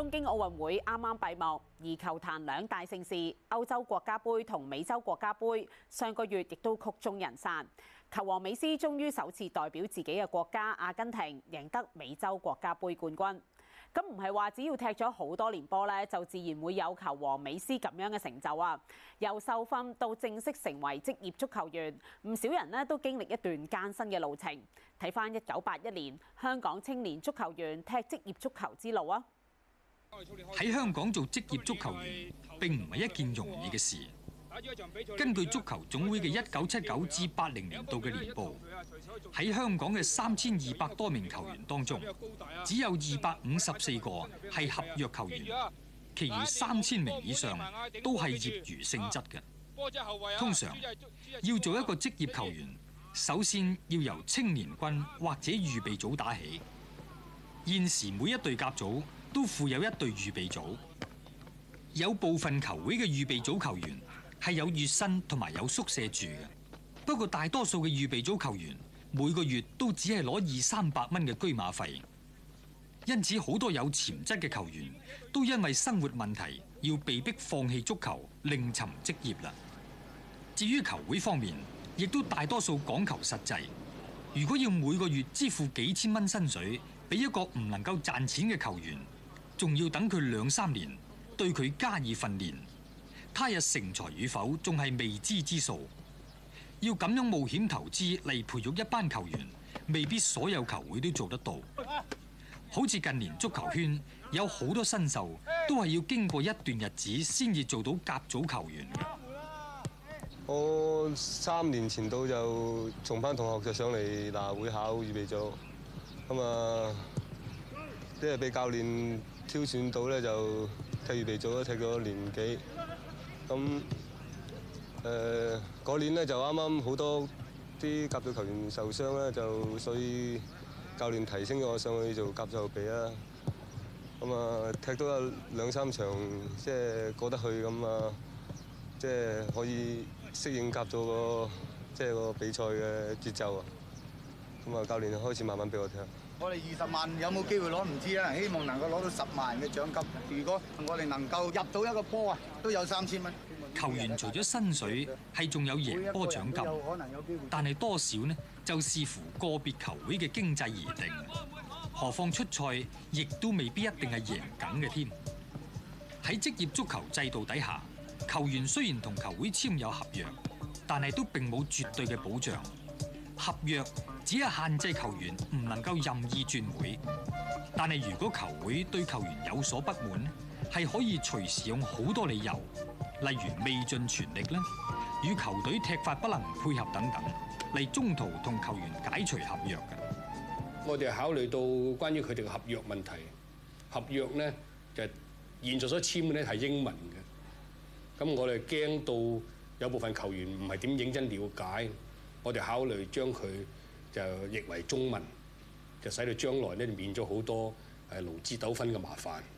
東京奧運會啱啱閉幕，而球壇兩大盛事歐洲國家杯同美洲國家杯上個月亦都曲終人散。球王美斯終於首次代表自己嘅國家阿根廷贏得美洲國家杯冠軍。咁唔係話只要踢咗好多年波咧，就自然會有球王美斯咁樣嘅成就啊！由受訓到正式成為職業足球員，唔少人咧都經歷一段艱辛嘅路程。睇返1981年香港青年足球員踢職業足球之路啊！ 喺香港做職業足球員並唔係一件容易嘅事。根據足球總會嘅1979至80年度嘅年報，喺香港嘅3200多名球員當中，只有254個係合約球員，其餘3000名以上都係業餘性質嘅。通常要做一個職業球員，首先要由青年軍或者預備組打起。現時每一隊甲組都附有一隊預備組，有部分球會嘅預備組球員係有月薪同埋有宿舍住嘅，不過大多數嘅預備組球員每個月都只係攞200-300蚊嘅車馬費，因此好多有潛質嘅球員都因為生活問題要被迫放棄足球，另尋職業啦。至於球會方面，亦都大多數講求實際，如果要每個月支付幾千蚊薪水俾一個唔能夠賺錢嘅球員，仲要等佢2-3年對佢加以訓練，他日成才與否仲係未知之數。要咁樣冒險投資嚟培育一班球員，未必所有球會都做得到。好似近年足球圈有好多新秀都係要經過一段日子先至做到甲組球員嘅。 我3年前到就同班同學就上嚟嗱會考預備組，咁啊即係俾教練挑選到咧，就踢預備組都踢咗年幾。咁嗰年咧就啱啱好多啲甲組球員受傷咧，就所以教練提升咗我上去做甲組後備啦。咁啊踢到有2-3場，即係過得去咁啊，即係可以適應甲組個即係個比賽嘅節奏啊。咁啊教練開始慢慢俾我踢。 我哋20萬有冇機會攞唔知啦，希望能夠攞到10萬嘅獎金。如果我哋能夠入到一個波啊，都有3000蚊。 球員除咗薪水，係仲有贏波獎金，但係多少呢？就視乎個別球會嘅經濟而定。何況出賽亦都未必一定係贏緊嘅添。喺職業足球制度底下，球員雖然同球會簽有合約，但係都並冇絕對嘅保障。合約只係限制球員唔能夠任意轉會，但係如果球會對球員有所不滿，係可以隨時用好多理由，例如未盡全力啦，與球隊踢法不能配合等等，嚟中途同球員解除合約嘅。 我哋考慮到關於佢哋嘅合約問題，合約呢就現在所簽嘅呢係英文嘅，咁我哋驚到有部分球員唔係點認真了解。我哋考慮將佢就譯為中文，就使到將來咧免咗好多勞資糾紛嘅麻煩。